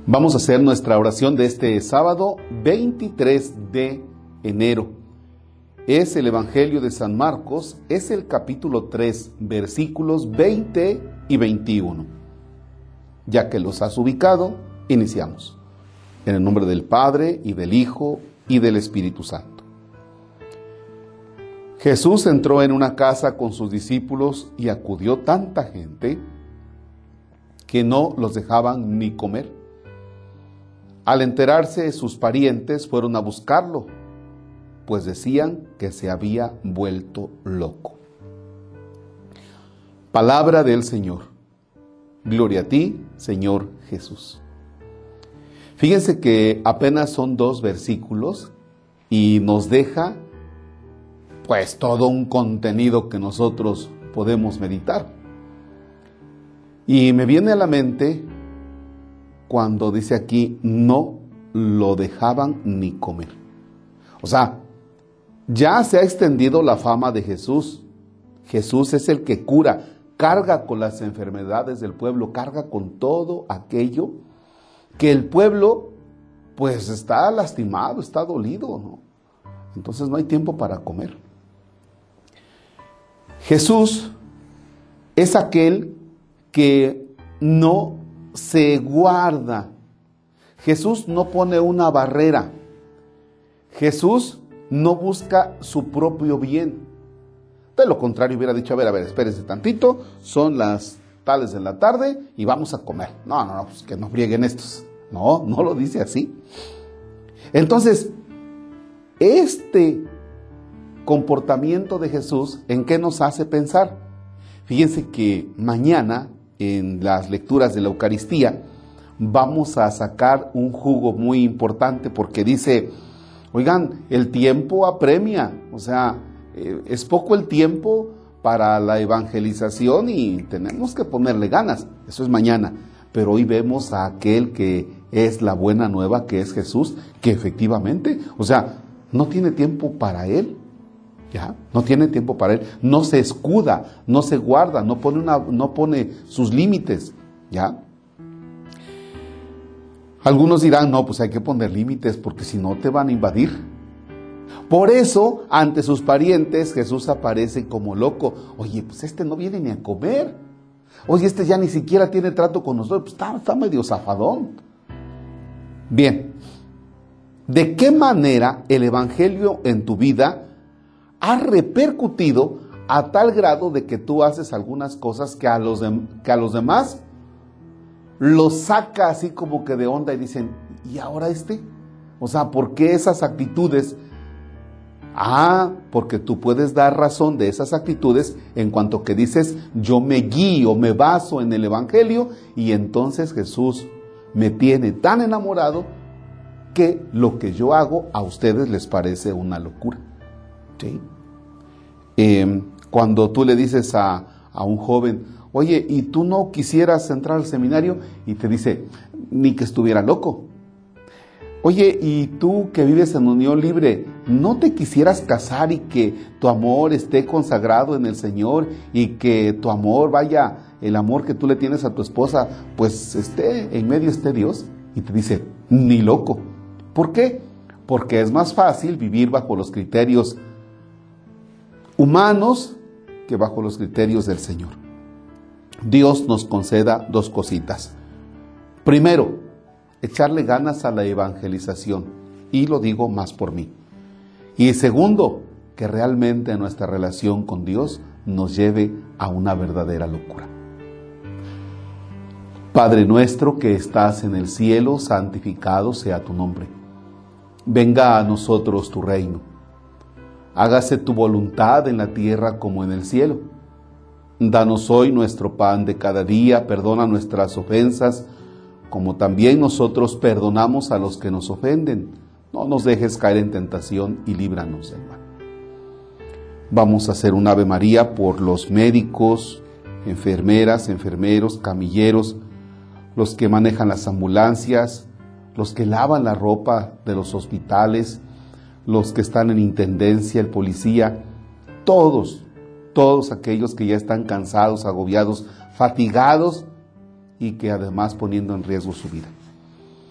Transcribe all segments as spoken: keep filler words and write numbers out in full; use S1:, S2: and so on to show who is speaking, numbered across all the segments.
S1: Vamos a hacer nuestra oración de este sábado veintitrés de enero. Es el Evangelio de San Marcos, es el capítulo tres, versículos veinte y veintiuno. Ya que los has ubicado, iniciamos. En el nombre del Padre, y del Hijo, y del Espíritu Santo. Jesús entró en una casa con sus discípulos y acudió tanta gente que no los dejaban ni comer. Al enterarse, sus parientes fueron a buscarlo, pues decían que se había vuelto loco. Palabra del Señor. Gloria a ti, Señor Jesús. Fíjense que apenas son dos versículos y nos deja pues todo un contenido que nosotros podemos meditar. Y me viene a la mente cuando dice aquí, no lo dejaban ni comer. O sea, ya se ha extendido la fama de Jesús. Jesús es el que cura, carga con las enfermedades del pueblo, carga con todo aquello que el pueblo pues está lastimado, está dolido, ¿no? Entonces no hay tiempo para comer. Jesús es aquel que no se guarda. Jesús no pone una barrera. Jesús no busca su propio bien. De lo contrario hubiera dicho, a ver, a ver, espérense tantito, son las tales de la tarde y vamos a comer. No, no, no, pues que no frieguen estos. No, no lo dice así. Entonces, este comportamiento de Jesús, ¿en qué nos hace pensar? Fíjense que mañana, en las lecturas de la Eucaristía, vamos a sacar un jugo muy importante porque dice, oigan, el tiempo apremia, o sea, eh, es poco el tiempo para la evangelización y tenemos que ponerle ganas. Eso es mañana, pero hoy vemos a aquel que es la buena nueva, que es Jesús, que efectivamente, o sea, no tiene tiempo para él. ¿Ya? No tiene tiempo para él, no se escuda, no se guarda, no pone, una, no pone sus límites, ¿ya? Algunos dirán, no, pues hay que poner límites porque si no te van a invadir. Por eso, ante sus parientes, Jesús aparece como loco. Oye, pues este no viene ni a comer. Oye, este ya ni siquiera tiene trato con nosotros, pues está, está medio zafadón. Bien, ¿de qué manera el Evangelio en tu vida ha repercutido a tal grado de que tú haces algunas cosas que a los, de, que a los demás los saca así como que de onda y dicen, ¿y ahora este? O sea, ¿por qué esas actitudes? Ah, porque tú puedes dar razón de esas actitudes en cuanto que dices, yo me guío, me baso en el Evangelio y entonces Jesús me tiene tan enamorado que lo que yo hago a ustedes les parece una locura. ¿Sí? Eh, cuando tú le dices a, a un joven, oye, ¿y tú no quisieras entrar al seminario? Y te dice, ni que estuviera loco. Oye, ¿y tú que vives en unión libre, no te quisieras casar y que tu amor esté consagrado en el Señor y que tu amor vaya, el amor que tú le tienes a tu esposa, pues esté, en medio esté Dios? Y te dice, ni loco. ¿Por qué? Porque es más fácil vivir bajo los criterios humanos que bajo los criterios del Señor. Dios nos conceda dos cositas. Primero, echarle ganas a la evangelización, y lo digo más por mí. Y segundo, que realmente nuestra relación con Dios nos lleve a una verdadera locura. Padre nuestro que estás en el cielo, santificado sea tu nombre. Venga a nosotros tu reino. Hágase tu voluntad en la tierra como en el cielo. Danos hoy nuestro pan de cada día, perdona nuestras ofensas, como también nosotros perdonamos a los que nos ofenden. No nos dejes caer en tentación y líbranos del mal. Vamos a hacer un Ave María por los médicos, enfermeras, enfermeros, camilleros, los que manejan las ambulancias, los que lavan la ropa de los hospitales, los que están en intendencia, el policía, todos, todos aquellos que ya están cansados, agobiados, fatigados y que además poniendo en riesgo su vida.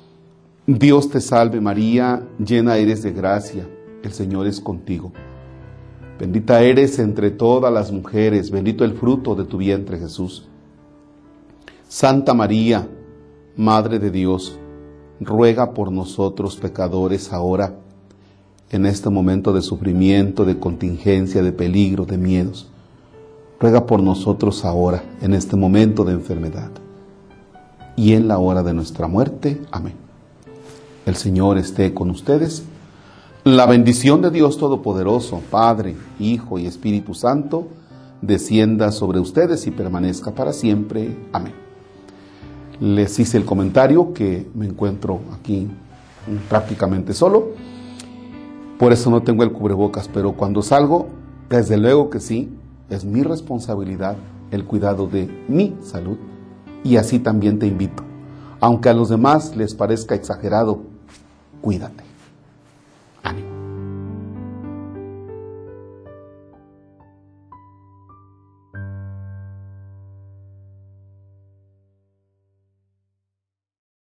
S1: Dios te salve María, llena eres de gracia, el Señor es contigo. Bendita eres entre todas las mujeres, bendito el fruto de tu vientre Jesús. Santa María, Madre de Dios, ruega por nosotros pecadores ahora, en este momento de sufrimiento, de contingencia, de peligro, de miedos. Ruega por nosotros ahora, en este momento de enfermedad, y en la hora de nuestra muerte. Amén. El Señor esté con ustedes. La bendición de Dios Todopoderoso, Padre, Hijo y Espíritu Santo, descienda sobre ustedes y permanezca para siempre. Amén. Les hice el comentario que me encuentro aquí prácticamente solo, por eso no tengo el cubrebocas, pero cuando salgo, desde luego que sí, es mi responsabilidad el cuidado de mi salud, y así también te invito. Aunque a los demás les parezca exagerado, cuídate.